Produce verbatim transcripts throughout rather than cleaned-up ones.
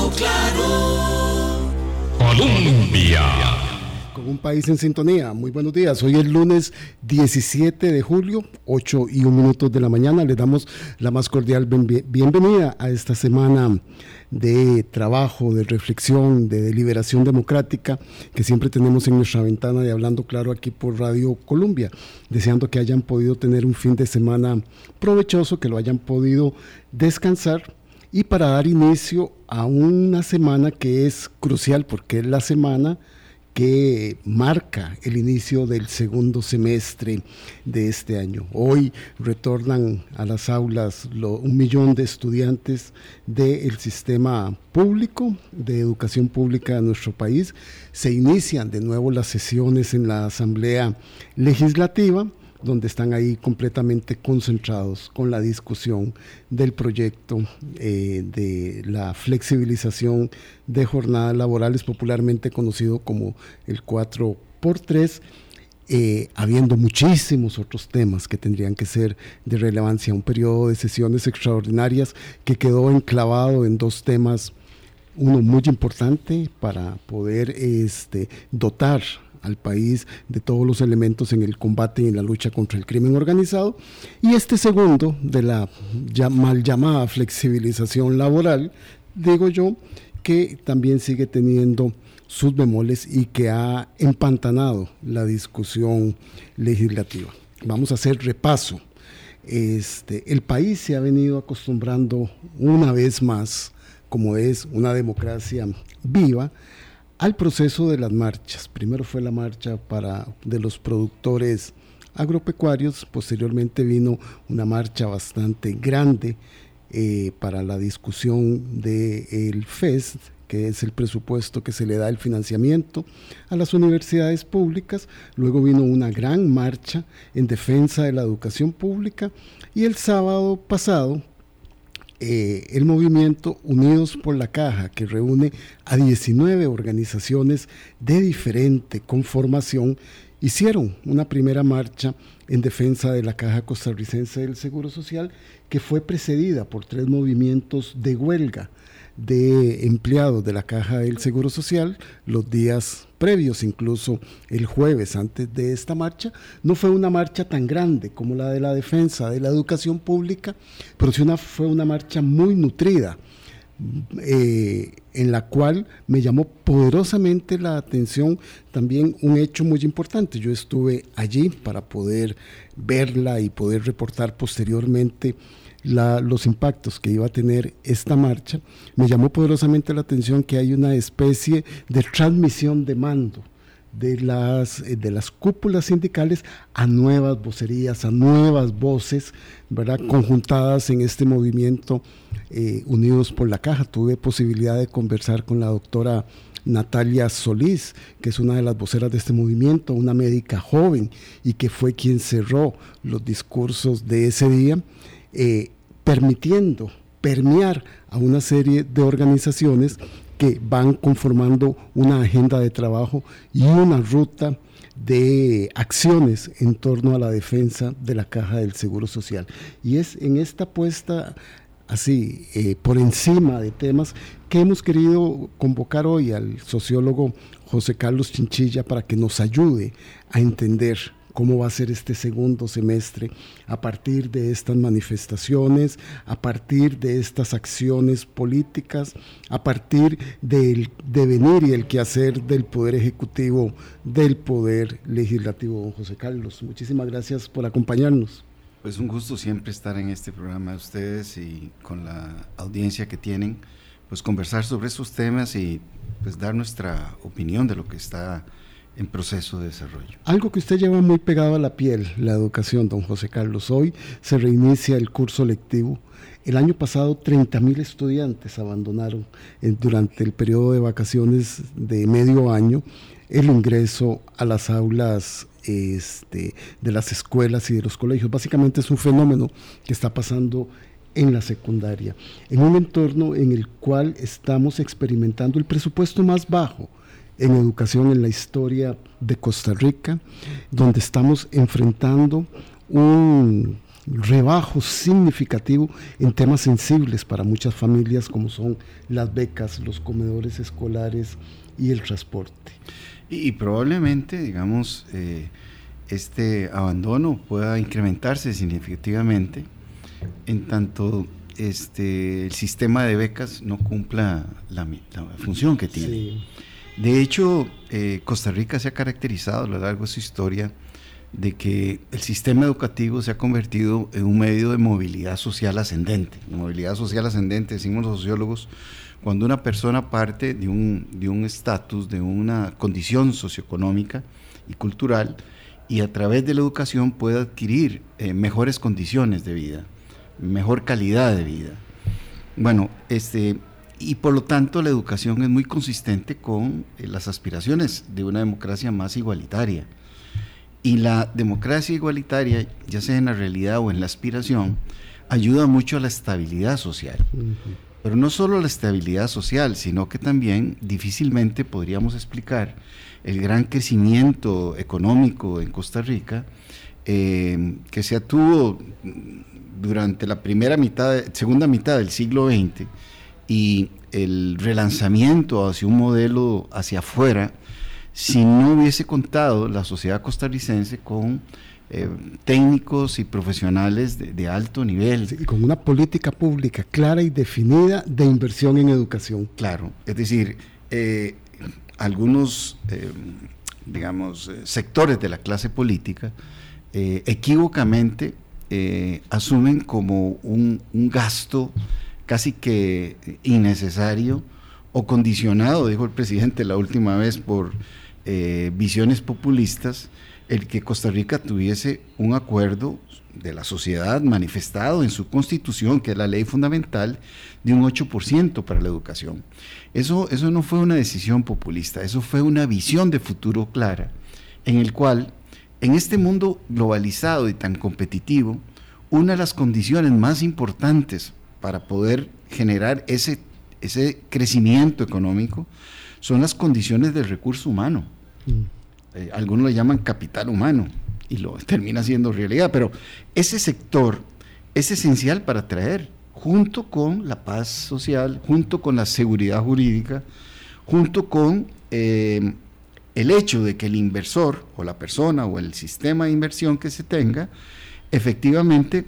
Claro, Colombia. Con un país en sintonía. Muy buenos días. Hoy es lunes diecisiete de julio, ocho y un minutos de la mañana. Les damos la más cordial bienvenida a esta semana de trabajo, de reflexión, de deliberación democrática que siempre tenemos en nuestra ventana de Hablando Claro aquí por Radio Colombia. Deseando que hayan podido tener un fin de semana provechoso, que lo hayan podido descansar. Y para dar inicio a una semana que es crucial porque es la semana que marca el inicio del segundo semestre de este año. Hoy retornan a las aulas lo, un millón de estudiantes del sistema público, de educación pública de nuestro país. Se inician de nuevo las sesiones en la Asamblea Legislativa, donde están ahí completamente concentrados con la discusión del proyecto eh, de la flexibilización de jornadas laborales, popularmente conocido como el cuatro por tres, eh, habiendo muchísimos otros temas que tendrían que ser de relevancia. Un periodo de sesiones extraordinarias que quedó enclavado en dos temas, uno muy importante para poder este, dotar al país de todos los elementos en el combate y en la lucha contra el crimen organizado, y este segundo de la ya mal llamada flexibilización laboral, digo yo, que también sigue teniendo sus bemoles y que ha empantanado la discusión legislativa. Vamos a hacer repaso. Este, el país se ha venido acostumbrando una vez más, como es una democracia viva, al proceso de las marchas. Primero fue la marcha para, de los productores agropecuarios, posteriormente vino una marcha bastante grande eh, para la discusión del F E S, que es el presupuesto que se le da el financiamiento a las universidades públicas. Luego vino una gran marcha en defensa de la educación pública, y el sábado pasado Eh, el movimiento Unidos por la Caja, que reúne a diecinueve organizaciones de diferente conformación, hicieron una primera marcha en defensa de la Caja Costarricense del Seguro Social, que fue precedida por tres movimientos de huelga de empleados de la Caja del Seguro Social los días previos, incluso el jueves antes de esta marcha. No fue una marcha tan grande como la de la defensa de la educación pública, pero sí una, fue una marcha muy nutrida, eh, en la cual me llamó poderosamente la atención también un hecho muy importante. Yo estuve allí para poder verla y poder reportar posteriormente La, los impactos que iba a tener esta marcha. Me llamó poderosamente la atención que hay una especie de transmisión de mando de las, de las cúpulas sindicales a nuevas vocerías, a nuevas voces, ¿verdad?, conjuntadas en este movimiento eh, Unidos por la Caja. Tuve posibilidad de conversar con la doctora Natalia Solís, que es una de las voceras de este movimiento, una médica joven y que fue quien cerró los discursos de ese día, Eh, permitiendo permear a una serie de organizaciones que van conformando una agenda de trabajo y una ruta de acciones en torno a la defensa de la Caja del Seguro Social. Y es en esta puesta así, eh, por encima de temas, que hemos querido convocar hoy al sociólogo José Carlos Chinchilla para que nos ayude a entender cómo va a ser este segundo semestre a partir de estas manifestaciones, a partir de estas acciones políticas, a partir del devenir y el quehacer del Poder Ejecutivo, del Poder Legislativo. Don José Carlos, muchísimas gracias por acompañarnos. Pues un gusto siempre estar en este programa de ustedes y con la audiencia que tienen, pues conversar sobre estos temas y pues dar nuestra opinión de lo que está en proceso de desarrollo. Algo que usted lleva muy pegado a la piel, la educación, don José Carlos. Hoy se reinicia el curso lectivo. El año pasado treinta mil estudiantes abandonaron eh, durante el periodo de vacaciones de medio año el ingreso a las aulas este, de las escuelas y de los colegios. Básicamente es un fenómeno que está pasando en la secundaria, en un entorno en el cual estamos experimentando el presupuesto más bajo en educación en la historia de Costa Rica, donde estamos enfrentando un rebajo significativo en temas sensibles para muchas familias como son las becas, los comedores escolares y el transporte. Y, y probablemente, digamos, eh, este abandono pueda incrementarse significativamente en tanto este, el sistema de becas no cumpla la, la función que tiene. Sí. De hecho, eh, Costa Rica se ha caracterizado a lo largo de su historia de que el sistema educativo se ha convertido en un medio de movilidad social ascendente. Movilidad social ascendente, decimos los sociólogos, cuando una persona parte de un de un estatus, de una condición socioeconómica y cultural, y a través de la educación puede adquirir eh, mejores condiciones de vida, mejor calidad de vida. Bueno, este... y por lo tanto la educación es muy consistente con eh, las aspiraciones de una democracia más igualitaria. Y la democracia igualitaria, ya sea en la realidad o en la aspiración, ayuda mucho a la estabilidad social. Uh-huh. Pero no solo a la estabilidad social, sino que también difícilmente podríamos explicar el gran crecimiento económico en Costa Rica eh, que se tuvo durante la primera mitad, segunda mitad del siglo veinte, y el relanzamiento hacia un modelo hacia afuera, si no hubiese contado la sociedad costarricense con eh, técnicos y profesionales de, de alto nivel. Sí, y con una política pública clara y definida de inversión en educación. Claro, es decir, eh, algunos, eh, digamos, eh, sectores de la clase política eh, equívocamente eh, asumen como un, un gasto casi que innecesario o condicionado, dijo el presidente la última vez, por eh, visiones populistas, el que Costa Rica tuviese un acuerdo de la sociedad manifestado en su constitución, que es la ley fundamental, de un ocho por ciento para la educación. Eso, eso no fue una decisión populista, eso fue una visión de futuro clara, en el cual, en este mundo globalizado y tan competitivo, una de las condiciones más importantes para poder generar ese, ese crecimiento económico son las condiciones del recurso humano. Mm. Eh, algunos lo llaman capital humano y lo termina siendo realidad, pero ese sector es esencial para atraer, junto con la paz social, junto con la seguridad jurídica, junto con eh, el hecho de que el inversor o la persona o el sistema de inversión que se tenga efectivamente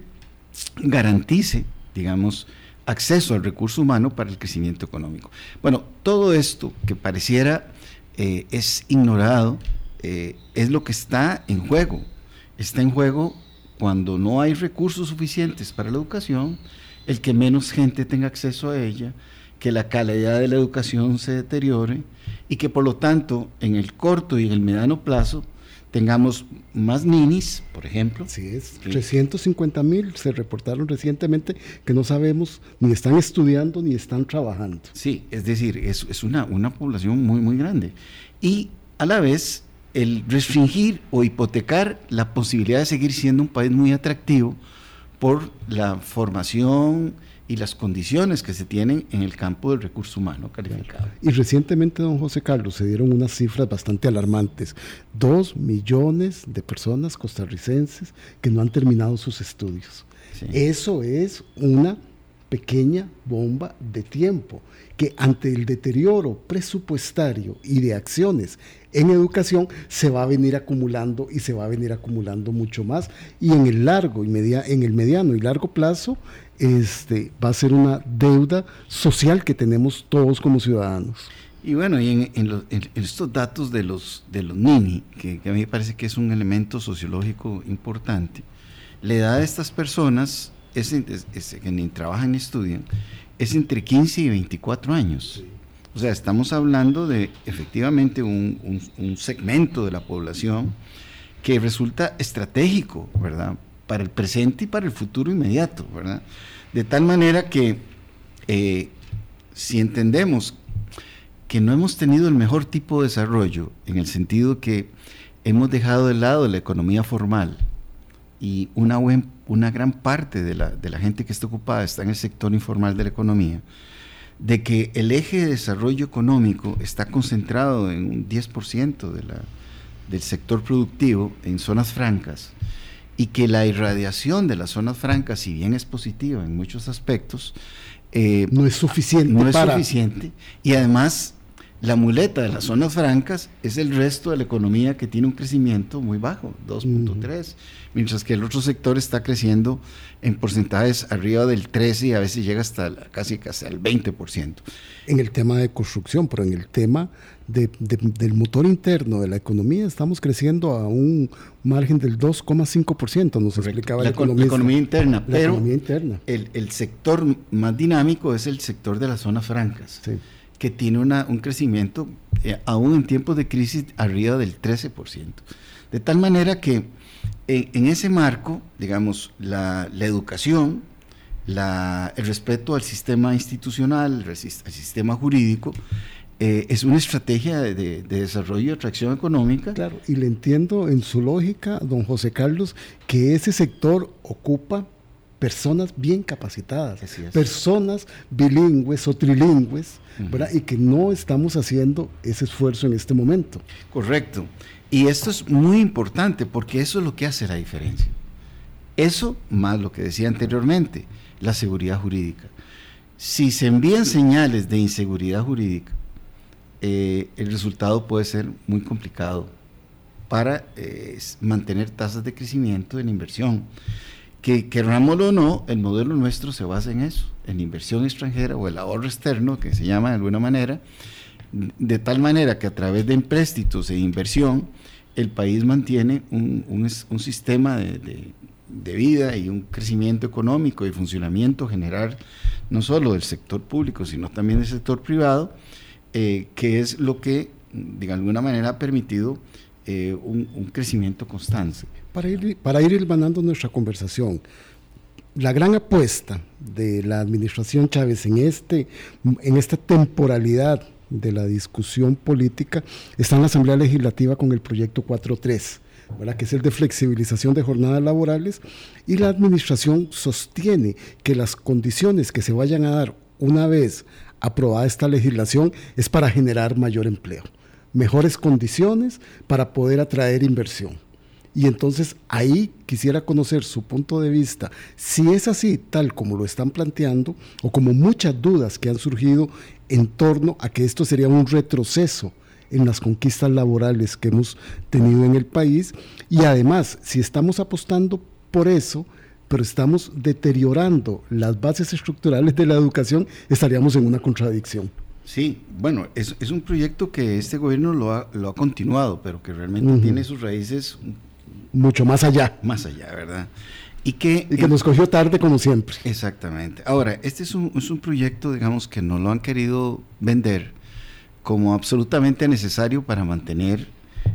garantice, digamos, acceso al recurso humano para el crecimiento económico. Bueno, todo esto que pareciera eh, es ignorado, eh, es lo que está en juego. Está en juego cuando no hay recursos suficientes para la educación, el que menos gente tenga acceso a ella, que la calidad de la educación se deteriore y que por lo tanto en el corto y en el mediano plazo tengamos más ninis, por ejemplo. Sí, es sí. trescientos cincuenta mil se reportaron recientemente que no sabemos, ni están estudiando ni están trabajando. Sí, es decir, es, es una, una población muy, muy grande. Y a la vez, el restringir o hipotecar la posibilidad de seguir siendo un país muy atractivo por la formación y las condiciones que se tienen en el campo del recurso humano calificado. Y recientemente, don José Carlos, se dieron unas cifras bastante alarmantes. Dos millones de personas costarricenses que no han terminado sus estudios. Sí. Eso es una pequeña bomba de tiempo que ante el deterioro presupuestario y de acciones en educación se va a venir acumulando y se va a venir acumulando mucho más, y en el largo y media, en el mediano y largo plazo este, va a ser una deuda social que tenemos todos como ciudadanos. Y bueno, y en, en, los, en estos datos de los, de los Nini, que, que a mí me parece que es un elemento sociológico importante, la edad de estas personas es, es, es, que ni trabajan ni estudian, es entre quince y veinticuatro años. Sí. O sea, estamos hablando de efectivamente un, un, un segmento de la población que resulta estratégico, ¿verdad?, para el presente y para el futuro inmediato, ¿verdad? De tal manera que eh, si entendemos que no hemos tenido el mejor tipo de desarrollo, en el sentido que hemos dejado de lado la economía formal y una, buen, una gran parte de la, de la gente que está ocupada está en el sector informal de la economía, de que el eje de desarrollo económico está concentrado en un diez por ciento de la, del sector productivo en zonas francas, y que la irradiación de las zonas francas, si bien es positiva en muchos aspectos, eh, no es suficiente. No es para... suficiente, y además la muleta de las zonas francas es el resto de la economía que tiene un crecimiento muy bajo, dos punto tres, uh-huh. mientras que el otro sector está creciendo en porcentajes arriba del trece y a veces llega hasta la, casi, casi al veinte por ciento. En el tema de construcción, pero en el tema de, de, del motor interno de la economía estamos creciendo a un margen del dos coma cinco por ciento, nos Correcto. explicaba la, el economista. La economía interna, la pero economía interna. El, el sector más dinámico es el sector de las zonas francas. Sí. Que tiene una, un crecimiento, eh, aún en tiempos de crisis, arriba del trece por ciento. De tal manera que eh, en ese marco, digamos, la, la educación, la, el respeto al sistema institucional, al sistema jurídico, eh, es una estrategia de, de, de desarrollo y atracción económica. Claro, y le entiendo en su lógica, don José Carlos, que ese sector ocupa personas bien capacitadas, personas bilingües o trilingües, uh-huh. ¿verdad? Y que no estamos haciendo ese esfuerzo en este momento. Correcto. Y esto es muy importante porque eso es lo que hace la diferencia. Eso más lo que decía anteriormente, la seguridad jurídica. Si se envían señales de inseguridad jurídica, eh, el resultado puede ser muy complicado para eh, mantener tasas de crecimiento en inversión. Que querrámoslo o no, el modelo nuestro se basa en eso, en inversión extranjera o el ahorro externo, que se llama de alguna manera, de tal manera que a través de empréstitos e inversión, el país mantiene un, un, un sistema de, de, de vida y un crecimiento económico y funcionamiento general, no solo del sector público, sino también del sector privado, eh, que es lo que, de alguna manera, ha permitido eh, un, un crecimiento constante. Para ir, para ir hilvanando nuestra conversación, la gran apuesta de la administración Chávez en, este, en esta temporalidad de la discusión política está en la Asamblea Legislativa con el proyecto cuatro tres, ¿verdad? Que es el de flexibilización de jornadas laborales, y la administración sostiene que las condiciones que se vayan a dar una vez aprobada esta legislación es para generar mayor empleo, mejores condiciones para poder atraer inversión. Y entonces ahí quisiera conocer su punto de vista, si es así, tal como lo están planteando, o como muchas dudas que han surgido en torno a que esto sería un retroceso en las conquistas laborales que hemos tenido en el país, y además, si estamos apostando por eso, pero estamos deteriorando las bases estructurales de la educación, estaríamos en una contradicción. Sí, bueno, es, es un proyecto que este gobierno lo ha, lo ha continuado, pero que realmente uh-huh. tiene sus raíces mucho más allá. Más allá, ¿verdad? Y que, y que eh, nos cogió tarde como siempre. Exactamente. Ahora, este es un, es un proyecto, digamos, que no lo han querido vender como absolutamente necesario para mantener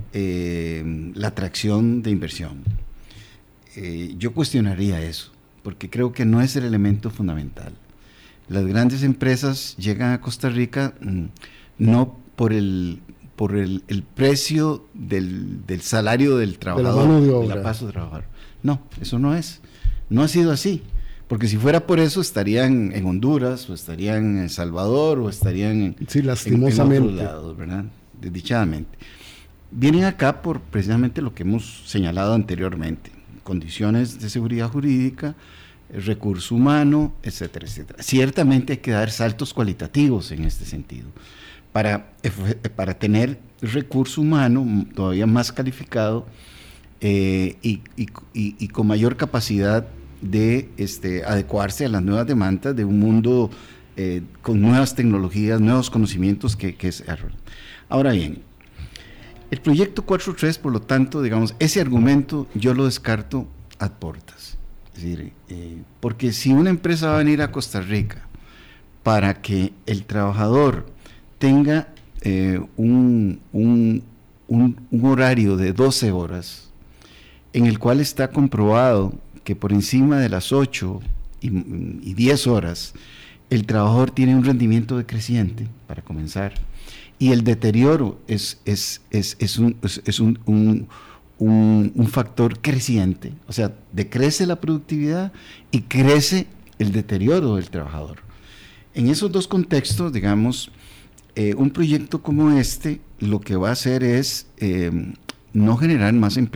eh, la atracción de inversión. Eh, yo cuestionaría eso, porque creo que no es el elemento fundamental. Las grandes empresas llegan a Costa Rica mmm, no por el por el, el precio del, del salario del trabajador, de la, de la paso de trabajar. No, eso no es. No ha sido así. Porque si fuera por eso, estarían en Honduras, o estarían en El Salvador, o estarían en, sí, lastimosamente. en, en otros lados, ¿verdad? Desdichadamente. Vienen acá por precisamente lo que hemos señalado anteriormente. Condiciones de seguridad jurídica, recurso humano, etcétera, etcétera. Ciertamente hay que dar saltos cualitativos en este sentido. Para, para tener recurso humano todavía más calificado eh, y, y, y, y con mayor capacidad de este, adecuarse a las nuevas demandas de un mundo eh, con nuevas tecnologías, nuevos conocimientos que, que es... Ahora bien, el proyecto cuatro tres, por lo tanto, digamos, ese argumento yo lo descarto ad portas. Es decir, eh, porque si una empresa va a venir a Costa Rica para que el trabajador tenga eh, un, un, un, un horario de doce horas, en el cual está comprobado que por encima de las ocho y, y diez horas, el trabajador tiene un rendimiento decreciente, para comenzar, y el deterioro es, es, es, es, un, es, es un, un, un, un factor creciente, o sea, decrece la productividad y crece el deterioro del trabajador. En esos dos contextos, digamos, Eh, un proyecto como este lo que va a hacer es eh, no generar más empleo,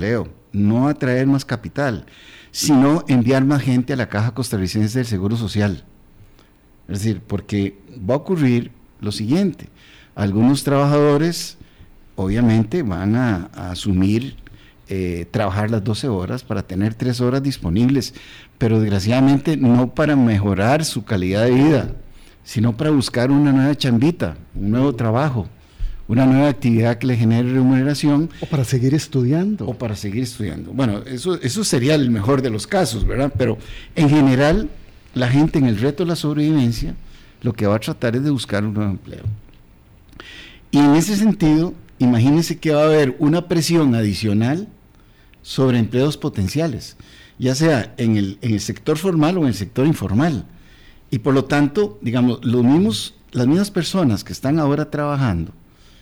no atraer más capital, sino enviar más gente a la Caja Costarricense del Seguro Social. Es decir, porque va a ocurrir lo siguiente, algunos trabajadores obviamente van a, a asumir eh, trabajar las doce horas para tener tres horas disponibles, pero desgraciadamente no para mejorar su calidad de vida, sino para buscar una nueva chambita, un nuevo trabajo, una nueva actividad que le genere remuneración. O para seguir estudiando. O para seguir estudiando. Bueno, eso, eso sería el mejor de los casos, ¿verdad? Pero en general, la gente en el reto de la sobrevivencia, lo que va a tratar es de buscar un nuevo empleo. Y en ese sentido, imagínense que va a haber una presión adicional sobre empleos potenciales, ya sea en el, en el sector formal o en el sector informal. Y por lo tanto, digamos, los mismos, las mismas personas que están ahora trabajando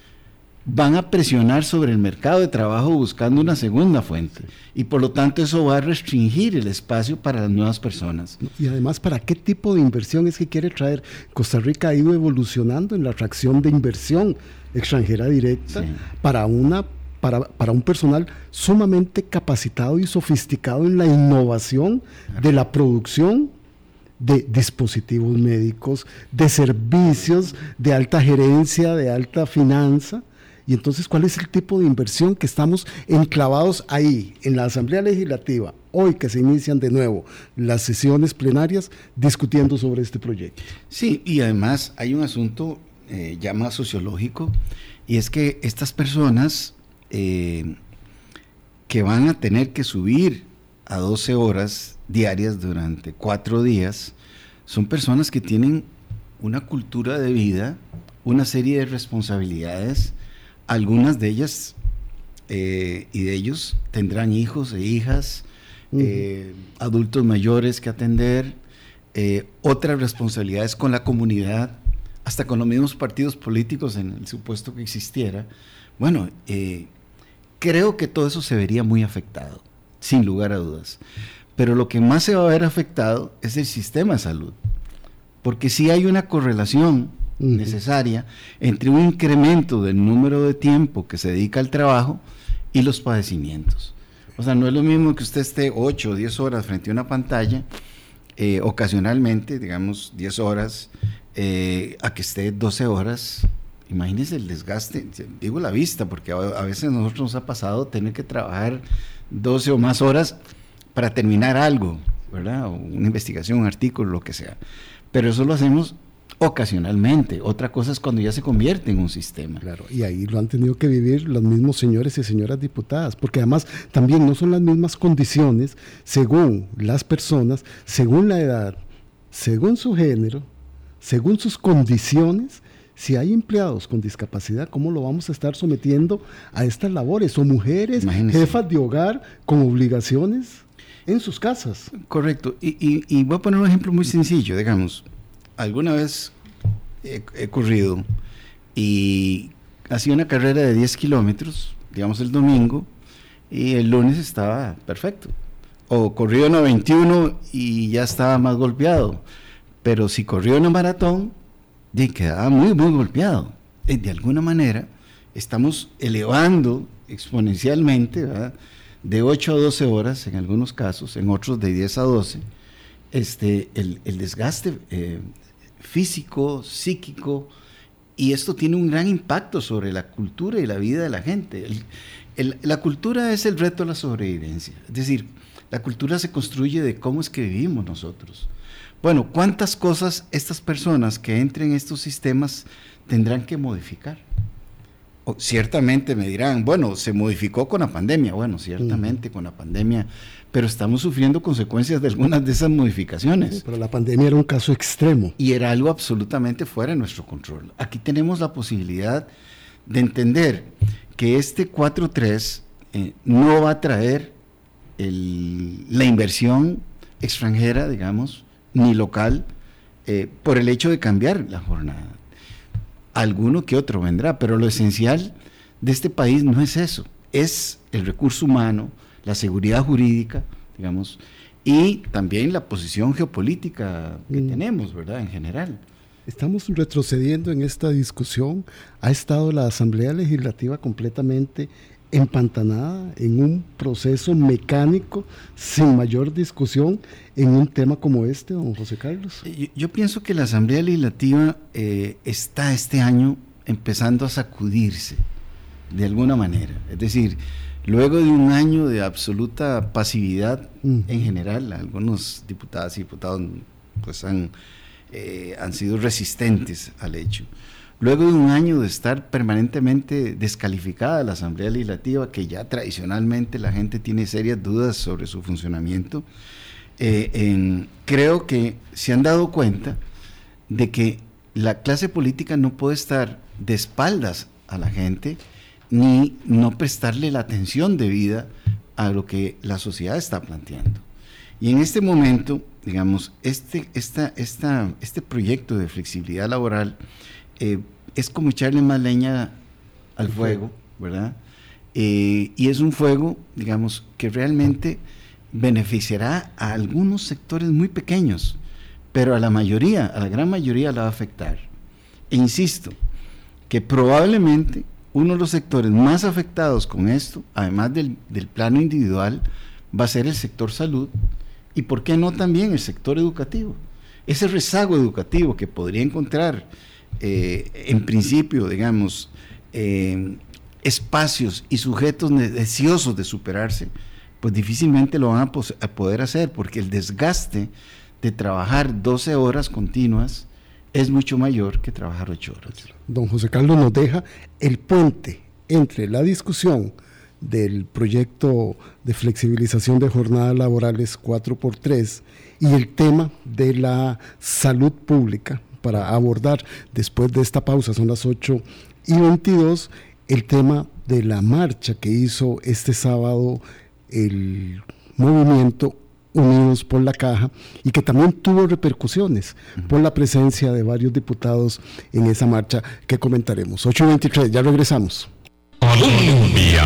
van a presionar sobre el mercado de trabajo buscando una segunda fuente. Y por lo tanto eso va a restringir el espacio para las nuevas personas. Y además, ¿para qué tipo de inversión es que quiere traer? Costa Rica ha ido evolucionando en la atracción de inversión extranjera directa, sí, para una Para, para un personal sumamente capacitado y sofisticado en la innovación de la producción de dispositivos médicos, de servicios, de alta gerencia, de alta finanza. Y entonces, ¿cuál es el tipo de inversión que estamos enclavados ahí, en la Asamblea Legislativa, hoy que se inician de nuevo las sesiones plenarias, discutiendo sobre este proyecto? Sí, y además hay un asunto eh, ya más sociológico, y es que estas personas Eh, que van a tener que subir a doce horas diarias durante cuatro días, son personas que tienen una cultura de vida, una serie de responsabilidades, algunas de ellas eh, y de ellos tendrán hijos e hijas, uh-huh. eh, adultos mayores que atender, eh, otras responsabilidades con la comunidad, hasta con los mismos partidos políticos en el supuesto que existiera. Bueno, eh, creo que todo eso se vería muy afectado, sin lugar a dudas. Pero lo que más se va a ver afectado es el sistema de salud, porque sí hay una correlación uh-huh. necesaria entre un incremento del número de tiempo que se dedica al trabajo y los padecimientos. O sea, no es lo mismo que usted esté ocho o diez horas frente a una pantalla, eh, ocasionalmente, digamos diez horas, eh, a que esté doce horas. Imagínense el desgaste, digo la vista, porque a, a veces a nosotros nos ha pasado tener que trabajar doce o más horas para terminar algo, ¿verdad? O una investigación, un artículo, lo que sea. Pero eso lo hacemos ocasionalmente. Otra cosa es cuando ya se convierte en un sistema. Claro, y ahí lo han tenido que vivir los mismos señores y señoras diputadas, porque además también no son las mismas condiciones según las personas, según la edad, según su género, según sus condiciones. Si hay empleados con discapacidad, ¿cómo lo vamos a estar sometiendo a estas labores? O mujeres, Imagínese. jefas de hogar con obligaciones en sus casas. Correcto. Y, y, y voy a poner un ejemplo muy sencillo. Digamos, alguna vez he, he corrido y hacía una carrera de diez kilómetros, digamos el domingo, y el lunes estaba perfecto. O corrió una veintiuno y ya estaba más golpeado. Pero si corrió una maratón, de quedaba muy, muy golpeado. De alguna manera, estamos elevando exponencialmente, ¿verdad?, de ocho a doce horas en algunos casos, en otros de diez a doce, este, el, el desgaste eh, físico, psíquico, y esto tiene un gran impacto sobre la cultura y la vida de la gente. El, el, la cultura es el reto de la sobrevivencia, es decir, la cultura se construye de cómo es que vivimos nosotros. Bueno, ¿cuántas cosas estas personas que entren en estos sistemas tendrán que modificar? O, ciertamente me dirán, bueno, se modificó con la pandemia. Bueno, ciertamente mm. con la pandemia, pero estamos sufriendo consecuencias de algunas de esas modificaciones. Sí, pero la pandemia era un caso extremo. Y era algo absolutamente fuera de nuestro control. Aquí tenemos la posibilidad de entender que este cuatro tres eh, no va a traer el, la inversión extranjera, digamos, ni local, eh, por el hecho de cambiar la jornada. Alguno que otro vendrá, pero lo esencial de este país no es eso, es el recurso humano, la seguridad jurídica, digamos, y también la posición geopolítica que mm. tenemos, ¿verdad?, en general. Estamos retrocediendo en esta discusión. Ha estado la Asamblea Legislativa completamente empantanada en un proceso mecánico sin mayor discusión en un tema como este, don José Carlos? Yo, yo pienso que la Asamblea Legislativa eh, está este año empezando a sacudirse de alguna manera, es decir, luego de un año de absoluta pasividad uh-huh. en general, algunos diputadas y diputados pues han, eh, han sido resistentes al hecho. Luego de un año de estar permanentemente descalificada la Asamblea Legislativa, que ya tradicionalmente la gente tiene serias dudas sobre su funcionamiento, eh, en, creo que se han dado cuenta de que la clase política no puede estar de espaldas a la gente, ni no prestarle la atención debida a lo que la sociedad está planteando. Y en este momento, digamos, este, esta, esta, este proyecto de flexibilidad laboral Eh, es como echarle más leña al fuego, ¿verdad? Eh, y es un fuego, digamos, que realmente beneficiará a algunos sectores muy pequeños, pero a la mayoría, a la gran mayoría la va a afectar. E insisto, que probablemente uno de los sectores más afectados con esto, además del, del plano individual, va a ser el sector salud, y por qué no también el sector educativo. Ese rezago educativo que podría encontrar Eh, en principio, digamos, eh, espacios y sujetos deseosos de superarse, pues difícilmente lo van a, pos- a poder hacer, porque el desgaste de trabajar doce horas continuas es mucho mayor que trabajar ocho horas. Don José Carlos nos deja el puente entre la discusión del proyecto de flexibilización de jornadas laborales cuatro por tres y el tema de la salud pública, para abordar después de esta pausa, son las ocho y veintidós, el tema de la marcha que hizo este sábado el movimiento Unidos por la Caja y que también tuvo repercusiones uh-huh. por la presencia de varios diputados en esa marcha que comentaremos. ocho y veintitrés, ya regresamos. Colombia.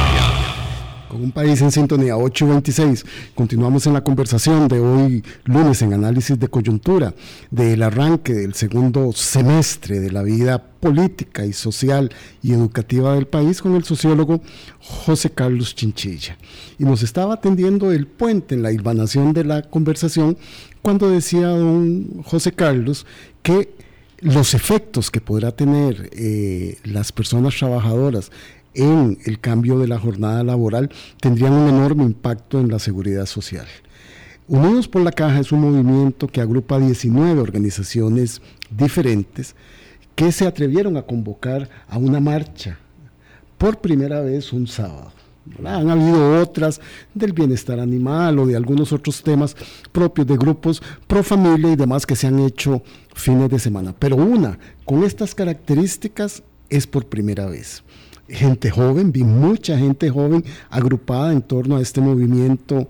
Con un país en sintonía, ocho y veintiséis. Continuamos en la conversación de hoy, lunes, en análisis de coyuntura, del arranque del segundo semestre de la vida política y social y educativa del país con el sociólogo José Carlos Chinchilla. Y nos estaba atendiendo el puente en la hilvanación de la conversación cuando decía don José Carlos que los efectos que podrá tener eh, las personas trabajadoras en el cambio de la jornada laboral tendrían un enorme impacto en la seguridad social. Unidos por la Caja es un movimiento que agrupa diecinueve organizaciones diferentes que se atrevieron a convocar a una marcha por primera vez un sábado. ¿Verdad? Han habido otras del bienestar animal o de algunos otros temas propios de grupos pro familia y demás que se han hecho fines de semana, pero una con estas características es por primera vez. Gente joven, vi mucha gente joven agrupada en torno a este movimiento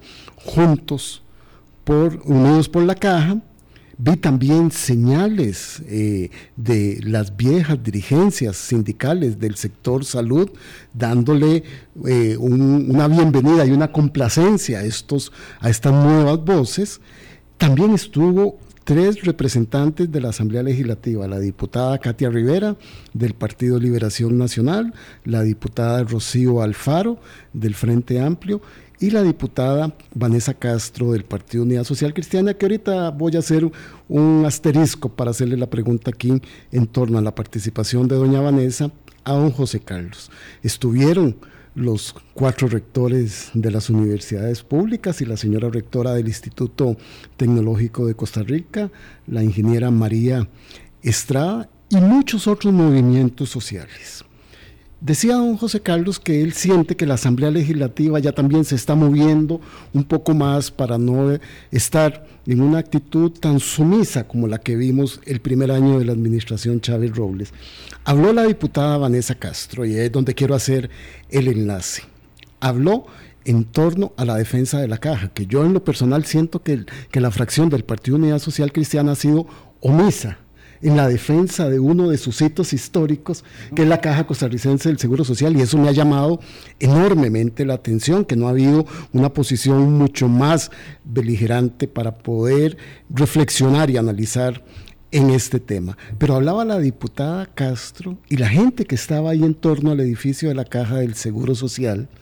Juntos por Unidos por la Caja. Vi también señales eh, de las viejas dirigencias sindicales del sector salud dándole eh, un, una bienvenida y una complacencia a, estos, a estas nuevas voces. También estuvo tres representantes de la Asamblea Legislativa, la diputada Katia Rivera del Partido Liberación Nacional, la diputada Rocío Alfaro del Frente Amplio y la diputada Vanessa Castro del Partido Unidad Social Cristiana, que ahorita voy a hacer un asterisco para hacerle la pregunta aquí en torno a la participación de doña Vanessa a don José Carlos. Estuvieron los cuatro rectores de las universidades públicas y la señora rectora del Instituto Tecnológico de Costa Rica, la ingeniera María Estrada y muchos otros movimientos sociales. Decía don José Carlos que él siente que la Asamblea Legislativa ya también se está moviendo un poco más para no estar en una actitud tan sumisa como la que vimos el primer año de la administración Chávez Robles. Habló la diputada Vanessa Castro y es donde quiero hacer el enlace. Habló en torno a la defensa de la Caja, que yo en lo personal siento que, que la fracción del Partido Unidad Social Cristiana ha sido omisa en la defensa de uno de sus hitos históricos, que es la Caja Costarricense del Seguro Social, y eso me ha llamado enormemente la atención, que no ha habido una posición mucho más beligerante para poder reflexionar y analizar en este tema. Pero hablaba la diputada Castro y la gente que estaba ahí en torno al edificio de la Caja del Seguro Social,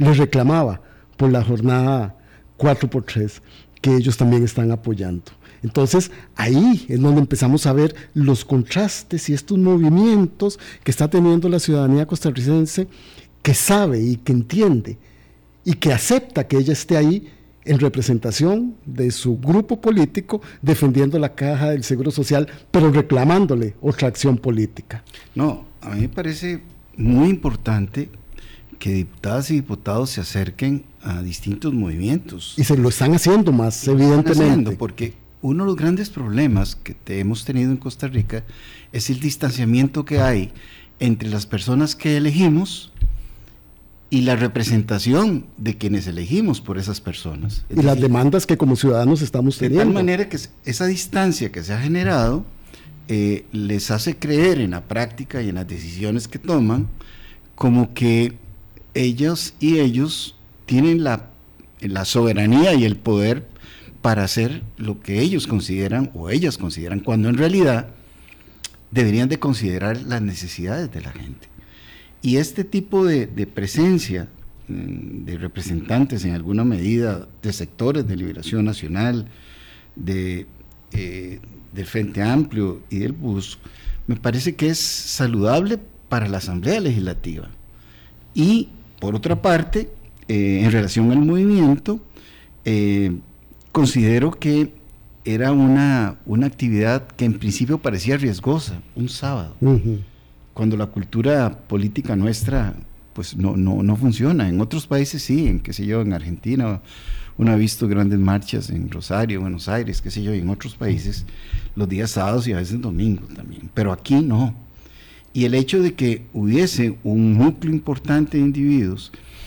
les reclamaba por la jornada cuatro por tres que ellos también están apoyando. Entonces, ahí es donde empezamos a ver los contrastes y estos movimientos que está teniendo la ciudadanía costarricense, que sabe y que entiende y que acepta que ella esté ahí en representación de su grupo político, defendiendo la caja del Seguro Social, pero reclamándole otra acción política. No, a mí me parece muy importante que diputadas y diputados se acerquen a distintos movimientos. Y se lo están haciendo más, evidentemente. Están haciendo, porque uno de los grandes problemas que te hemos tenido en Costa Rica es el distanciamiento que hay entre las personas que elegimos y la representación de quienes elegimos por esas personas. Es y decir, las demandas que como ciudadanos estamos teniendo. De tal manera que esa distancia que se ha generado eh, les hace creer en la práctica y en las decisiones que toman como que ellas y ellos tienen la, la soberanía y el poder para hacer lo que ellos consideran o ellas consideran, cuando en realidad deberían de considerar las necesidades de la gente. Y este tipo de, de presencia de representantes en alguna medida de sectores de Liberación Nacional, de, eh, del Frente Amplio y del B U S, me parece que es saludable para la Asamblea Legislativa. Y por otra parte, eh, en relación al movimiento, eh, considero que era una, una actividad que en principio parecía riesgosa, un sábado. Uh-huh. Cuando la cultura política nuestra pues no, no, no funciona. En otros países sí, en qué sé yo, en Argentina uno ha visto grandes marchas en Rosario, Buenos Aires, qué sé yo, y en otros países los días sábados y a veces domingos también, pero aquí no. Y el hecho de que hubiese un núcleo importante de individuos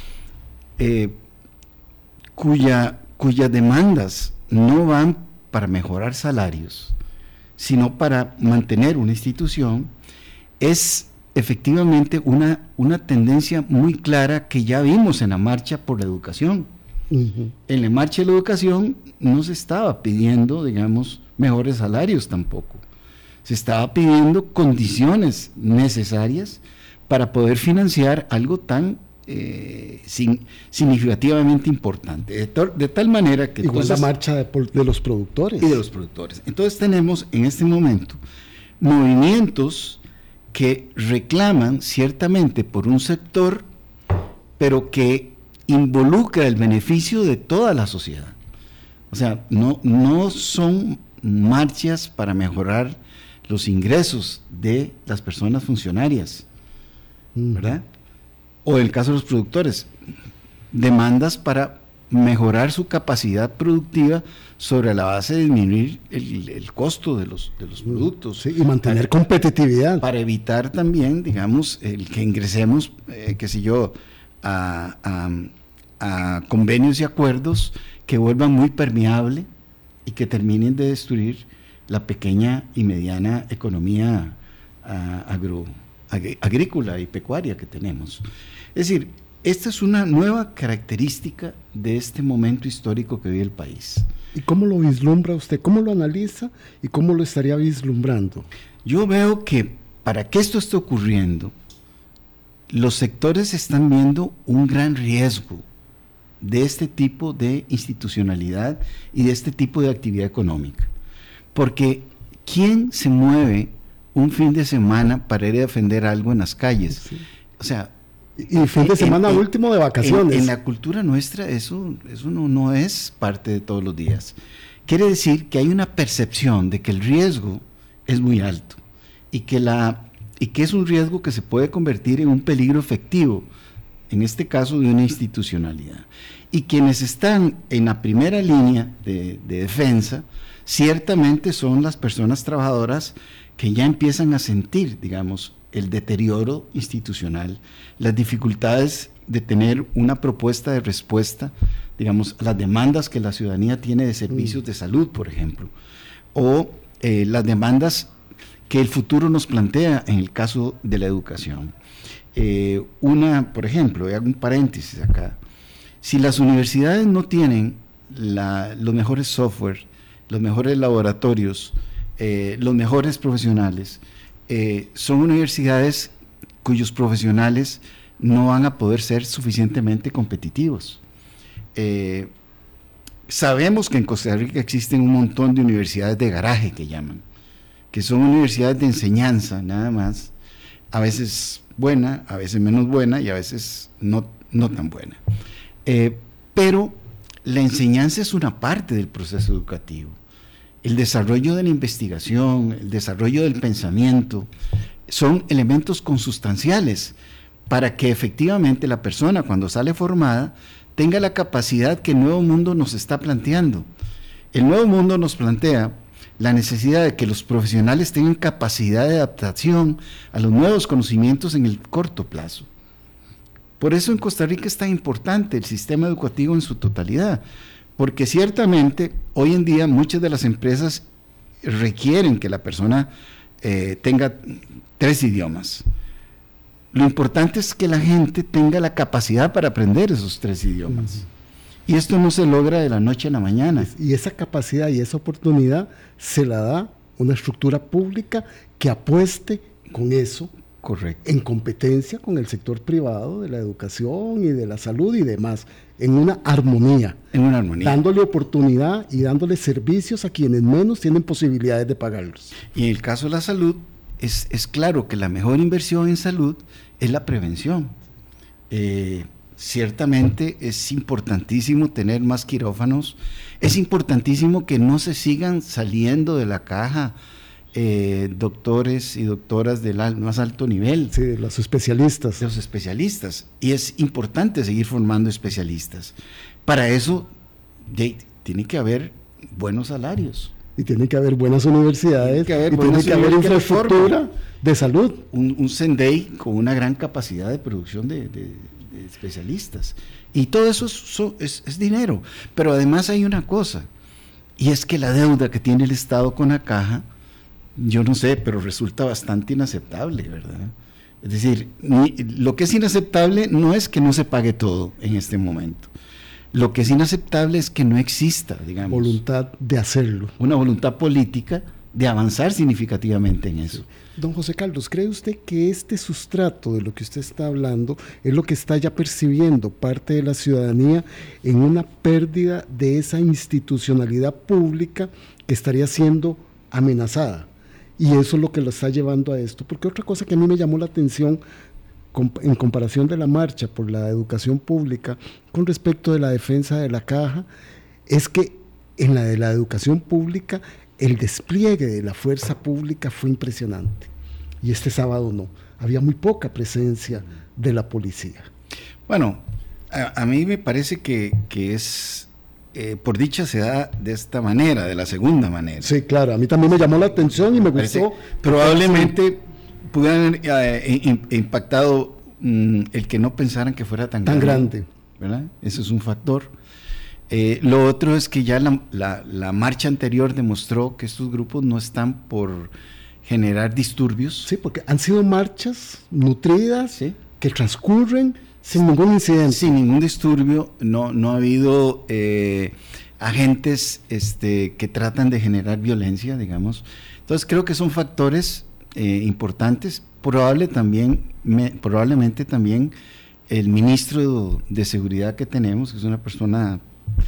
eh, cuya, cuyas demandas no van para mejorar salarios, sino para mantener una institución, es efectivamente una, una tendencia muy clara que ya vimos en la marcha por la educación. Uh-huh. En la marcha de la educación no se estaba pidiendo, digamos, mejores salarios tampoco. Se estaba pidiendo condiciones necesarias para poder financiar algo tan eh, sin, significativamente importante. De, to, de tal manera que... Igual entonces, la marcha de, de los productores. Y de los productores. Entonces tenemos en este momento movimientos que reclaman ciertamente por un sector, pero que involucra el beneficio de toda la sociedad. O sea, no, no son marchas para mejorar los ingresos de las personas funcionarias, ¿verdad? O en el caso de los productores, demandas para mejorar su capacidad productiva sobre la base de disminuir el, el costo de los, de los productos. Sí, y mantener para, competitividad. Para evitar también, digamos, el que ingresemos, eh, qué sé yo, a, a, a convenios y acuerdos que vuelvan muy permeable y que terminen de destruir la pequeña y mediana economía uh, agro, ag, agrícola y pecuaria que tenemos. Es decir, esta es una nueva característica de este momento histórico que vive el país. ¿Y cómo lo vislumbra usted? ¿Cómo lo analiza y cómo lo estaría vislumbrando? Yo veo que para que esto esté ocurriendo, los sectores están viendo un gran riesgo de este tipo de institucionalidad y de este tipo de actividad económica. Porque ¿quién se mueve un fin de semana para ir a defender algo en las calles? Sí. O sea... Y el fin de semana en, último de vacaciones. En, en la cultura nuestra eso, eso no, no es parte de todos los días. Quiere decir que hay una percepción de que el riesgo es muy alto y que, la, y que es un riesgo que se puede convertir en un peligro efectivo, en este caso de una institucionalidad. Y quienes están en la primera línea de, de defensa, ciertamente son las personas trabajadoras que ya empiezan a sentir, digamos, el deterioro institucional, las dificultades de tener una propuesta de respuesta, digamos, a las demandas que la ciudadanía tiene de servicios de salud, por ejemplo, o eh, las demandas que el futuro nos plantea en el caso de la educación. Eh, una, por ejemplo, hago un paréntesis acá, si las universidades no tienen la, los mejores software, los mejores laboratorios, eh, los mejores profesionales, eh, son universidades cuyos profesionales no van a poder ser suficientemente competitivos. Eh, sabemos que en Costa Rica existen un montón de universidades de garaje que llaman, que son universidades de enseñanza nada más, a veces buena, a veces menos buena y a veces no, no tan buena. Eh, pero la enseñanza es una parte del proceso educativo. El desarrollo de la investigación, el desarrollo del pensamiento, son elementos consustanciales para que efectivamente la persona, cuando sale formada, tenga la capacidad que el nuevo mundo nos está planteando. El nuevo mundo nos plantea la necesidad de que los profesionales tengan capacidad de adaptación a los nuevos conocimientos en el corto plazo. Por eso en Costa Rica es tan importante el sistema educativo en su totalidad, porque ciertamente hoy en día muchas de las empresas requieren que la persona eh, tenga tres idiomas. Lo importante es que la gente tenga la capacidad para aprender esos tres idiomas. Uh-huh. Y esto no se logra de la noche a la mañana. Y esa capacidad y esa oportunidad se la da una estructura pública que apueste con eso. Correcto. En competencia con el sector privado de la educación y de la salud y demás, en una armonía. En una armonía. Dándole oportunidad y dándole servicios a quienes menos tienen posibilidades de pagarlos. Y en el caso de la salud, es, es claro que la mejor inversión en salud es la prevención. Eh, ciertamente es importantísimo tener más quirófanos, es importantísimo que no se sigan saliendo de la caja eh, doctores y doctoras del al, más alto nivel. Sí, de los especialistas. De los especialistas. Y es importante seguir formando especialistas. Para eso de, tiene que haber buenos salarios. Y tiene que haber buenas universidades, tiene que haber y tiene que haber infraestructura de salud. Un, un SENDEI con una gran capacidad de producción de, de, de especialistas. Y todo eso es, es, es dinero. Pero además hay una cosa, y es que la deuda que tiene el Estado con la caja, yo no sé, pero resulta bastante inaceptable, ¿verdad? Es decir, ni, lo que es inaceptable no es que no se pague todo en este momento. Lo que es inaceptable es que no exista, digamos, voluntad de hacerlo. Una voluntad política de avanzar significativamente en eso. Don José Carlos, ¿cree usted que este sustrato de lo que usted está hablando es lo que está ya percibiendo parte de la ciudadanía en una pérdida de esa institucionalidad pública que estaría siendo amenazada? Y eso es lo que lo está llevando a esto. Porque otra cosa que a mí me llamó la atención en comparación de la marcha por la educación pública con respecto de la defensa de la caja, es que en la de la educación pública el despliegue de la fuerza pública fue impresionante, y este sábado no, había muy poca presencia de la policía. Bueno, a, a mí me parece que, que es, eh, por dicha se da de esta manera, de la segunda manera. Sí, claro, a mí también me llamó la atención y me gustó. Probablemente pudieran eh, impactado mm, el que no pensaran que fuera tan, tan grande, grande, ¿verdad? Ese es un factor. Eh, lo otro es que ya la, la, la marcha anterior demostró que estos grupos no están por generar disturbios. Sí, porque han sido marchas nutridas, ¿sí?, que transcurren sin ningún incidente. Sin ningún disturbio, no, no ha habido eh, agentes este, que tratan de generar violencia, digamos. Entonces creo que son factores eh, importantes. Probable también, me, probablemente también el ministro de Seguridad que tenemos, que es una persona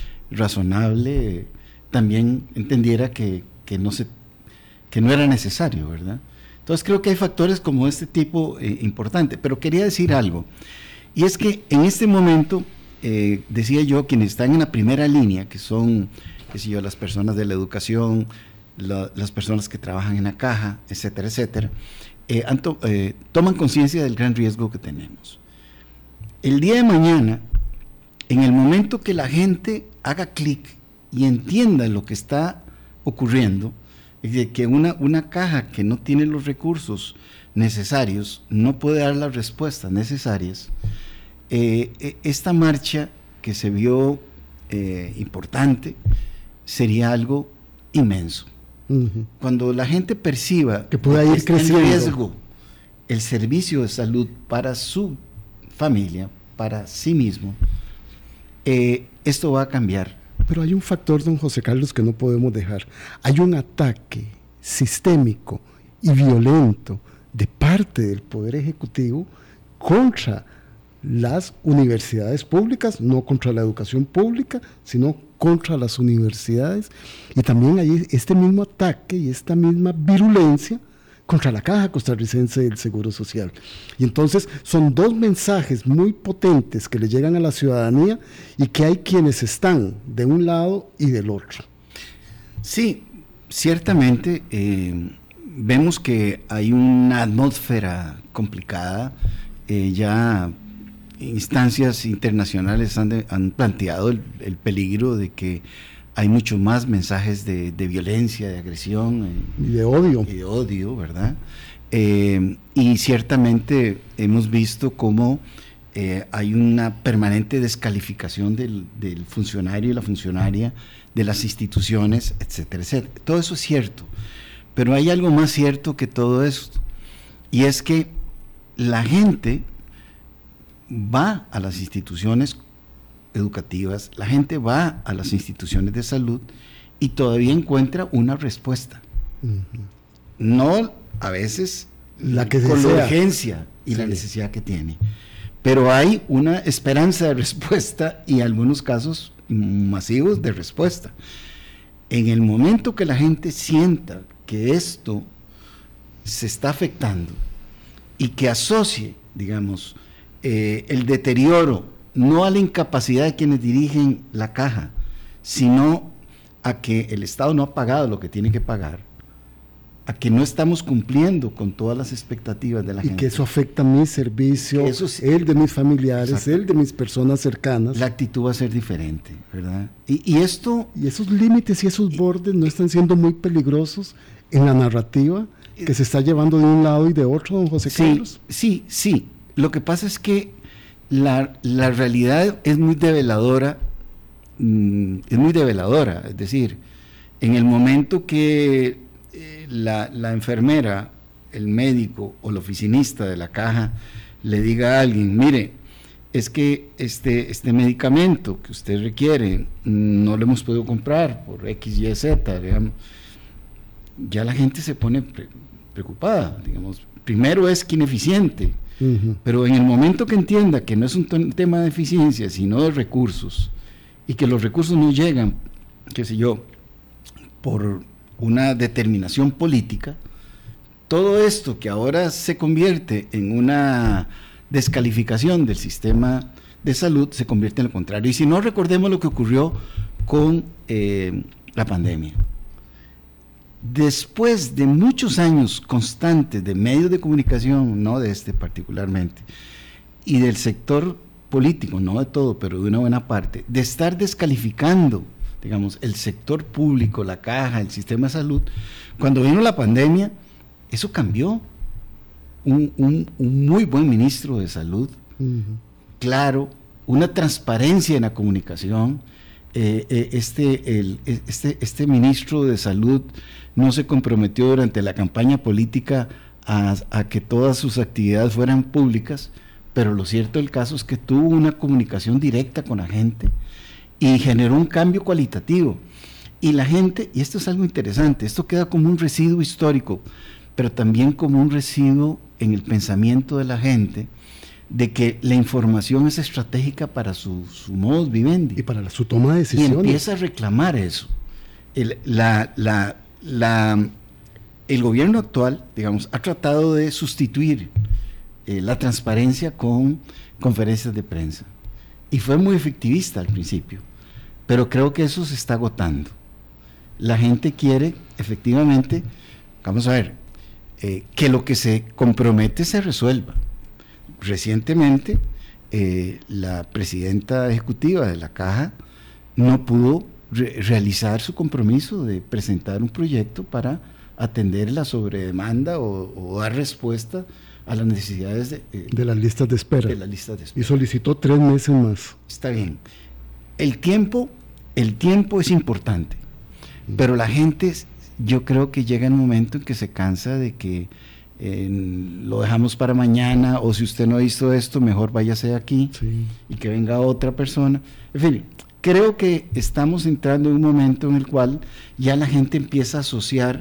razonable, también entendiera que, que, no se, que no era necesario, ¿verdad? Entonces creo que hay factores como este tipo eh, importante, pero quería decir algo, y es que en este momento, eh, decía yo, quienes están en la primera línea, que son, qué sé yo, las personas de la educación, la, las personas que trabajan en la caja, etcétera, etcétera, eh, han to, eh, toman conciencia del gran riesgo que tenemos. El día de mañana, en el momento que la gente haga clic y entienda lo que está ocurriendo, es decir, que una, una caja que no tiene los recursos necesarios no puede dar las respuestas necesarias, eh, esta marcha que se vio eh, importante sería algo inmenso. Uh-huh. Cuando la gente perciba que pueda ir creciendo en riesgo el servicio de salud para su familia, para sí mismo, eh, esto va a cambiar. Pero hay un factor, don José Carlos, que no podemos dejar. Hay un ataque sistémico y violento de parte del Poder Ejecutivo contra las universidades públicas, no contra la educación pública, sino contra las universidades, y también hay este mismo ataque y esta misma virulencia contra la Caja Costarricense del Seguro Social. Y entonces son dos mensajes muy potentes que le llegan a la ciudadanía y que hay quienes están de un lado y del otro. Sí, ciertamente eh, vemos que hay una atmósfera complicada, eh, ya instancias internacionales han, de, han planteado el, el peligro de que hay muchos más mensajes de, de violencia, de agresión. Eh, y de odio. Y de odio, ¿verdad? Eh, y ciertamente hemos visto cómo eh, hay una permanente descalificación del, del funcionario y la funcionaria, de las instituciones, etcétera, etcétera. Todo eso es cierto, pero hay algo más cierto que todo esto, y es que la gente va a las instituciones educativas, la gente va a las instituciones de salud y todavía encuentra una respuesta. Uh-huh. No a veces la que con desea. La urgencia y sí. La necesidad que tiene, pero hay una esperanza de respuesta y en algunos casos masivos de respuesta. En el momento que la gente sienta que esto se está afectando y que asocie, digamos, eh, el deterioro no a la incapacidad de quienes dirigen la caja, sino a que el Estado no ha pagado lo que tiene que pagar, a que no estamos cumpliendo con todas las expectativas de la y gente. Y que eso afecta mi servicio, eso sí, el de mis familiares, exacto, el de mis personas cercanas. La actitud va a ser diferente, ¿verdad? Y, y esto... Y esos límites y esos y, bordes no están siendo muy peligrosos en la narrativa que se está llevando de un lado y de otro, don José sí, Carlos. Sí, sí. Lo que pasa es que La, la realidad es muy develadora, mm, es muy develadora, es decir, en el momento que eh, la, la enfermera, el médico o el oficinista de la caja le diga a alguien, mire, es que este, este medicamento que usted requiere no lo hemos podido comprar por X, Y, Z, digamos, ya la gente se pone pre- preocupada, digamos, primero es que ineficiente. Uh-huh. Pero en el momento que entienda que no es un t- tema de eficiencia, sino de recursos, y que los recursos no llegan, qué sé yo, por una determinación política, todo esto que ahora se convierte en una descalificación del sistema de salud, se convierte en lo contrario. Y si no, recordemos lo que ocurrió con eh, la pandemia. Después de muchos años constantes de medios de comunicación, no de este particularmente, y del sector político, no de todo, pero de una buena parte, de estar descalificando, digamos, el sector público, la caja, el sistema de salud, cuando vino la pandemia, eso cambió. Un, un, un muy buen ministro de salud, uh-huh, claro, una transparencia en la comunicación. Eh, eh, este, el, este, este ministro de salud no se comprometió durante la campaña política a, a que todas sus actividades fueran públicas, pero lo cierto del caso es que tuvo una comunicación directa con la gente y generó un cambio cualitativo. Y la gente, y esto es algo interesante, esto queda como un residuo histórico, pero también como un residuo en el pensamiento de la gente, de que la información es estratégica para su, su modus vivendi. Y para la, su toma de decisiones. Y empieza a reclamar eso. El, la, la, la, el gobierno actual, digamos, ha tratado de sustituir eh, la transparencia con conferencias de prensa. Y fue muy efectivista al principio, pero creo que eso se está agotando. La gente quiere, efectivamente, vamos a ver, eh, que lo que se compromete se resuelva. Recientemente, eh, la presidenta ejecutiva de la Caja no pudo re- realizar su compromiso de presentar un proyecto para atender la sobredemanda o, o dar respuesta a las necesidades de, eh, de las listas de espera. de las listas de espera. Y solicitó tres meses más. Está bien. El tiempo, el tiempo es importante, mm. pero la gente, yo creo que llega un momento en que se cansa de que Eh, lo dejamos para mañana, o si usted no ha visto esto, mejor váyase de aquí, sí, y que venga otra persona. En fin, creo que estamos entrando en un momento en el cual ya la gente empieza a asociar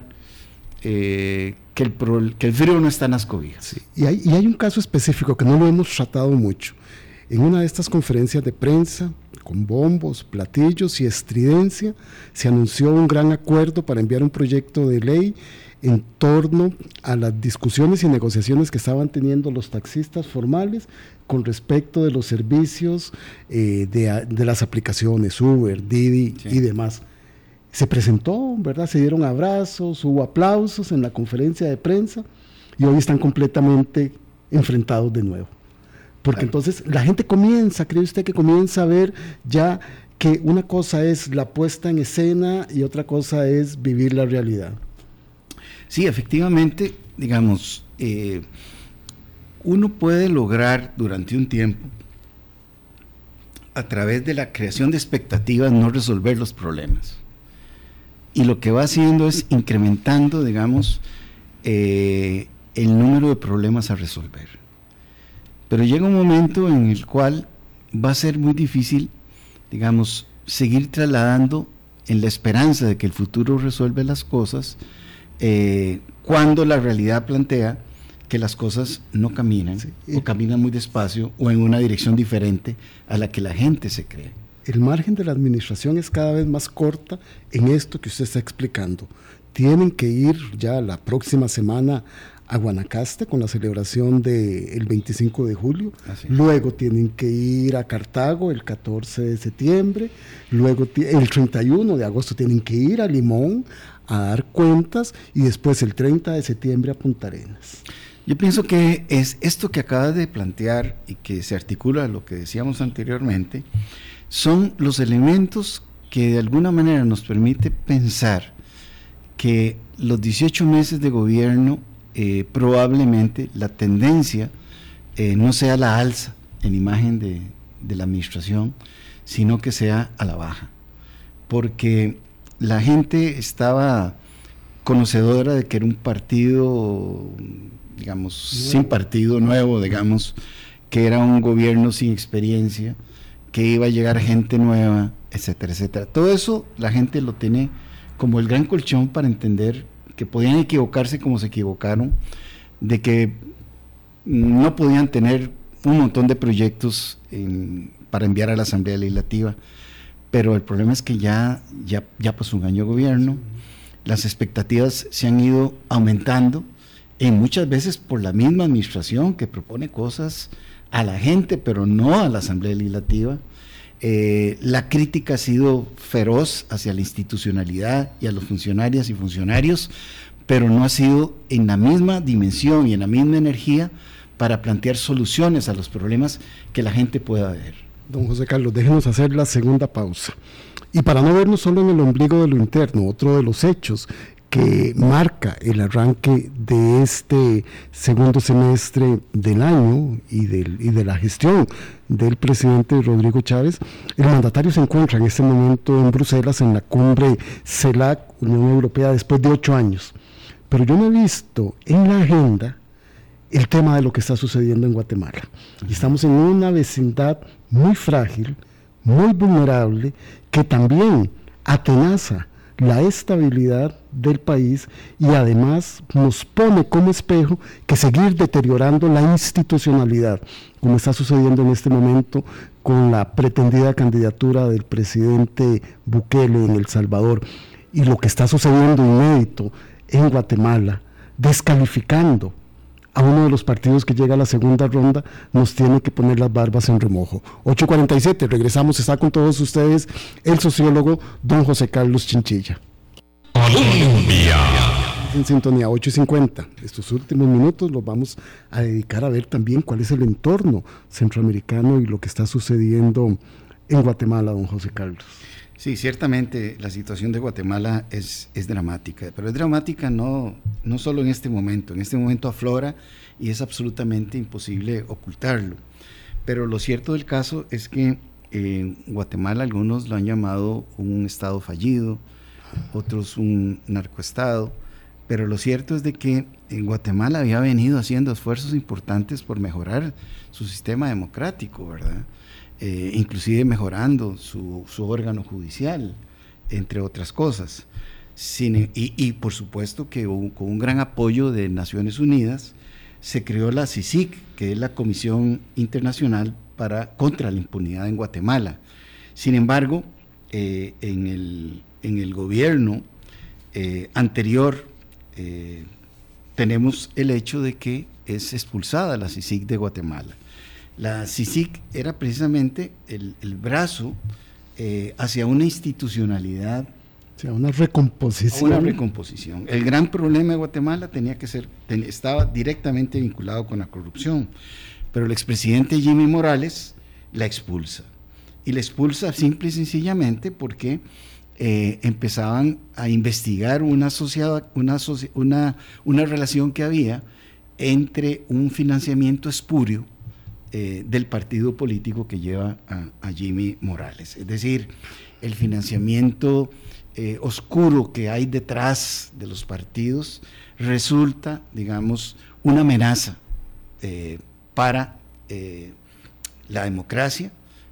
eh, que, el pro, que el frío no está en las cobijas. Sí. Y, hay, y hay un caso específico que no lo hemos tratado mucho, En una de estas conferencias de prensa, con bombos, platillos y estridencia, se anunció un gran acuerdo para enviar un proyecto de ley en torno a las discusiones y negociaciones que estaban teniendo los taxistas formales con respecto de los servicios eh, de, de las aplicaciones Uber, Didi sí. y demás. Se presentó, ¿verdad? Se dieron abrazos, hubo aplausos en la conferencia de prensa y hoy están completamente enfrentados de nuevo. Porque claro. entonces la gente comienza, ¿cree usted que comienza a ver ya que una cosa es la puesta en escena y otra cosa es vivir la realidad? Sí, efectivamente, digamos, eh, uno puede lograr durante un tiempo, a través de la creación de expectativas, no resolver los problemas. Y lo que va haciendo es incrementando, digamos, eh, el número de problemas a resolver. Pero llega un momento en el cual va a ser muy difícil, digamos, seguir trasladando en la esperanza de que el futuro resuelve las cosas, eh, cuando la realidad plantea que las cosas no caminan, sí. o caminan muy despacio, o en una dirección diferente a la que la gente se cree. El margen de la administración es cada vez más corta en esto que usted está explicando. Tienen que ir ya la próxima semana a Guanacaste con la celebración del veinticinco de julio, Así. Luego tienen que ir a Cartago el catorce de septiembre, luego el treinta y uno de agosto tienen que ir a Limón a dar cuentas y después el treinta de septiembre a Punta Arenas. Yo pienso que es esto que acabas de plantear y que se articula a lo que decíamos anteriormente, son los elementos que de alguna manera nos permite pensar que los dieciocho meses de gobierno eh, probablemente la tendencia eh, no sea la alza en imagen de, de la administración, sino que sea a la baja, porque la gente estaba conocedora de que era un partido, digamos, nuevo. sin partido nuevo, digamos, que era un gobierno sin experiencia, que iba a llegar gente nueva, etcétera, etcétera. Todo eso la gente lo tiene como el gran colchón para entender que podían equivocarse como se equivocaron, de que no podían tener un montón de proyectos en, para enviar a la Asamblea Legislativa, pero el problema es que ya, ya, ya pasó un año de gobierno, las expectativas se han ido aumentando, y muchas veces por la misma administración que propone cosas a la gente, pero no a la Asamblea Legislativa. Eh, la crítica ha sido feroz hacia la institucionalidad y a los funcionarias y funcionarios, pero no ha sido en la misma dimensión y en la misma energía para plantear soluciones a los problemas que la gente pueda ver. Don José Carlos, déjenos hacer la segunda pausa. Y para no vernos solo en el ombligo de lo interno, otro de los hechos que marca el arranque de este segundo semestre del año y, del, y de la gestión del presidente Rodrigo Chávez, el mandatario se encuentra en este momento en Bruselas en la cumbre CELAC, Unión Europea, después de ocho años. Pero yo no he visto en la agenda el tema de lo que está sucediendo en Guatemala. Y estamos en una vecindad muy frágil, muy vulnerable, que también atenaza la estabilidad del país y además nos pone como espejo que seguir deteriorando la institucionalidad, como está sucediendo en este momento con la pretendida candidatura del presidente Bukele en El Salvador, y lo que está sucediendo inédito en Guatemala, descalificando a uno de los partidos que llega a la segunda ronda, nos tiene que poner las barbas en remojo. ocho cuarenta y siete, regresamos, está con todos ustedes el sociólogo don José Carlos Chinchilla. Colombia. En sintonía, ocho cincuenta. Estos últimos minutos los vamos a dedicar a ver también cuál es el entorno centroamericano y lo que está sucediendo en Guatemala, don José Carlos. Sí, ciertamente la situación de Guatemala es, es dramática, pero es dramática no, no solo en este momento, en este momento aflora y es absolutamente imposible ocultarlo. Pero lo cierto del caso es que en Guatemala algunos lo han llamado un estado fallido, otros un narcoestado, pero lo cierto es de que en Guatemala había venido haciendo esfuerzos importantes por mejorar su sistema democrático, ¿verdad? Eh, inclusive mejorando su, su órgano judicial, entre otras cosas. Sin, y, y por supuesto que hubo, con un gran apoyo de Naciones Unidas se creó la C I C I C, que es la Comisión Internacional para, contra la impunidad en Guatemala. Sin embargo, eh, en, el, en el gobierno eh, anterior eh, tenemos el hecho de que es expulsada la CICIG de Guatemala. La CICIG era precisamente el, el brazo eh, hacia una institucionalidad, o sea, una recomposición. Una recomposición. El gran problema de Guatemala tenía que ser, ten, estaba directamente vinculado con la corrupción, pero el expresidente Jimmy Morales la expulsa. Y la expulsa simple y sencillamente porque eh, empezaban a investigar una, sociedad, una, una, una relación que había entre un financiamiento espurio eh, del partido político que lleva a, a Jimmy Morales. Es decir, el financiamiento Eh, oscuro que hay detrás de los partidos resulta, digamos, una amenaza eh, para eh, la democracia,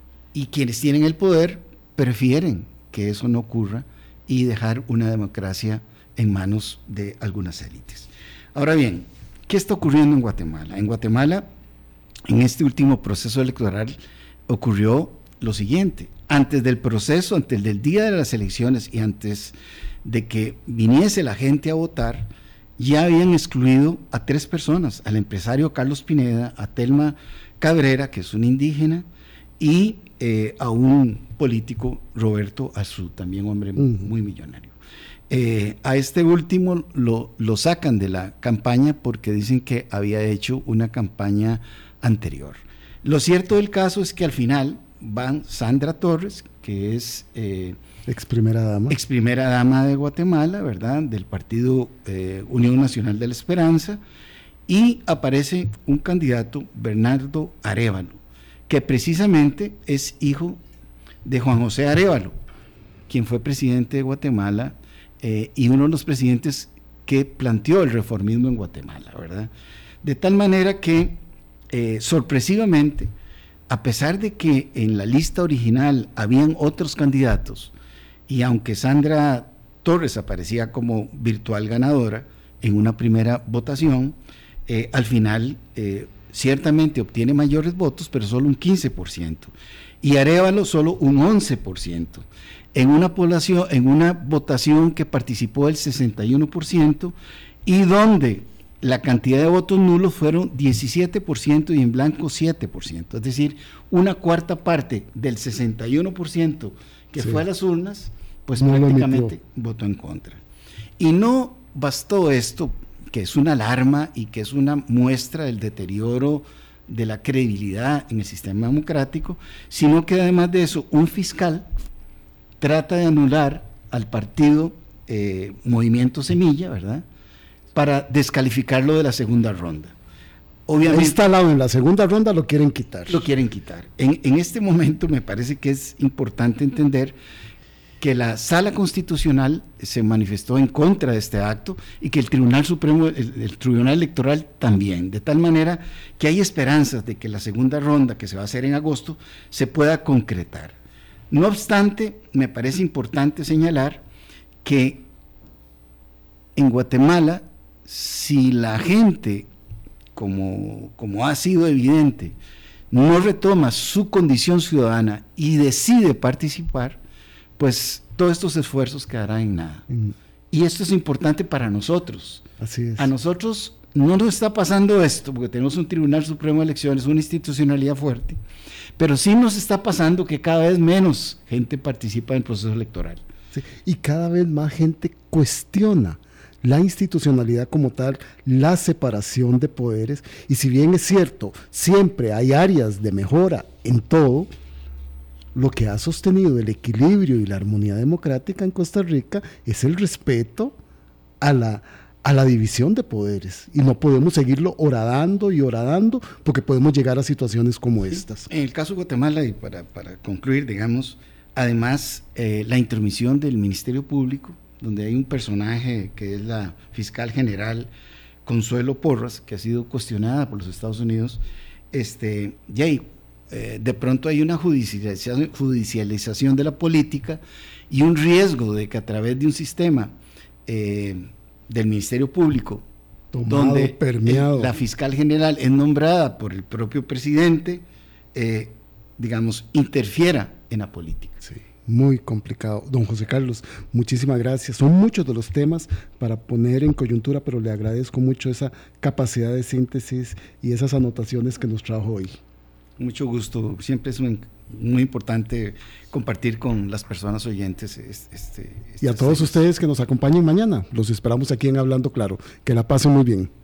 y quienes tienen el poder prefieren que eso no ocurra y dejar una democracia en manos de algunas élites. Ahora bien, ¿qué está ocurriendo en Guatemala? En Guatemala, en este último proceso electoral, ocurrió lo siguiente. Antes del proceso, antes del día de las elecciones y antes de que viniese la gente a votar, ya habían excluido a tres personas: al empresario Carlos Pineda, a Telma Cabrera, que es un indígena, y eh, a un político, Roberto Azú, también hombre uh-huh. muy millonario. Eh, a este último lo, lo sacan de la campaña porque dicen que había hecho una campaña anterior. Lo cierto del caso es que al final van Sandra Torres, que es eh, ex primera dama ex primera dama de Guatemala, ¿verdad?, del partido eh, Unión Nacional de la Esperanza, y aparece un candidato, Bernardo Arévalo, que precisamente es hijo de Juan José Arévalo, quien fue presidente de Guatemala eh, y uno de los presidentes que planteó el reformismo en Guatemala, ¿verdad? De tal manera que eh, sorpresivamente, a pesar de que en la lista original habían otros candidatos, y aunque Sandra Torres aparecía como virtual ganadora en una primera votación, eh, al final eh, ciertamente obtiene mayores votos, pero solo un quince por ciento, y Arévalo solo un once por ciento, en una población, en una votación que participó el sesenta y uno por ciento, y donde la cantidad de votos nulos fueron diecisiete por ciento y en blanco siete por ciento, es decir, una cuarta parte del sesenta y uno por ciento que sí. fue a las urnas, pues no prácticamente votó en contra. Y no bastó esto, que es una alarma y que es una muestra del deterioro de la credibilidad en el sistema democrático, sino que además de eso, un fiscal trata de anular al partido eh, Movimiento Semilla, ¿verdad?, para descalificarlo de la segunda ronda. Obviamente, instalado en la segunda ronda lo quieren quitar. Lo quieren quitar. En, en este momento me parece que es importante entender que la Sala Constitucional se manifestó en contra de este acto y que el Tribunal Supremo, el, el Tribunal Electoral también, de tal manera que hay esperanzas de que la segunda ronda, que se va a hacer en agosto, se pueda concretar. No obstante, me parece importante señalar que en Guatemala, si la gente, como, como ha sido evidente, no retoma su condición ciudadana y decide participar, pues todos estos esfuerzos quedarán en nada. Mm. Y esto es importante para nosotros. Así es. A nosotros no nos está pasando esto, porque tenemos un Tribunal Supremo de Elecciones, una institucionalidad fuerte, pero sí nos está pasando que cada vez menos gente participa en el proceso electoral. Sí, y cada vez más gente cuestiona la institucionalidad como tal, la separación de poderes, y si bien es cierto, siempre hay áreas de mejora en todo, lo que ha sostenido el equilibrio y la armonía democrática en Costa Rica es el respeto a la, a la división de poderes, y no podemos seguirlo horadando y horadando porque podemos llegar a situaciones como sí, estas. En el caso de Guatemala, y para, para concluir, digamos, además eh, la intromisión del Ministerio Público, donde hay un personaje que es la fiscal general Consuelo Porras, que ha sido cuestionada por los Estados Unidos, este, y ahí, eh, de pronto hay una judicialización, judicialización de la política y un riesgo de que a través de un sistema eh, del Ministerio Público, Tomado, donde permeado. El, la fiscal general es nombrada por el propio presidente, eh, digamos, interfiera en la política. Sí, muy complicado. Don José Carlos, muchísimas gracias. Son muchos de los temas para poner en coyuntura, pero le agradezco mucho esa capacidad de síntesis y esas anotaciones que nos trajo hoy. Mucho gusto. Siempre es muy, muy importante compartir con las personas oyentes. Este, este, y a todos temas. Ustedes que nos acompañen mañana. Los esperamos aquí en Hablando Claro. Que la pasen muy bien.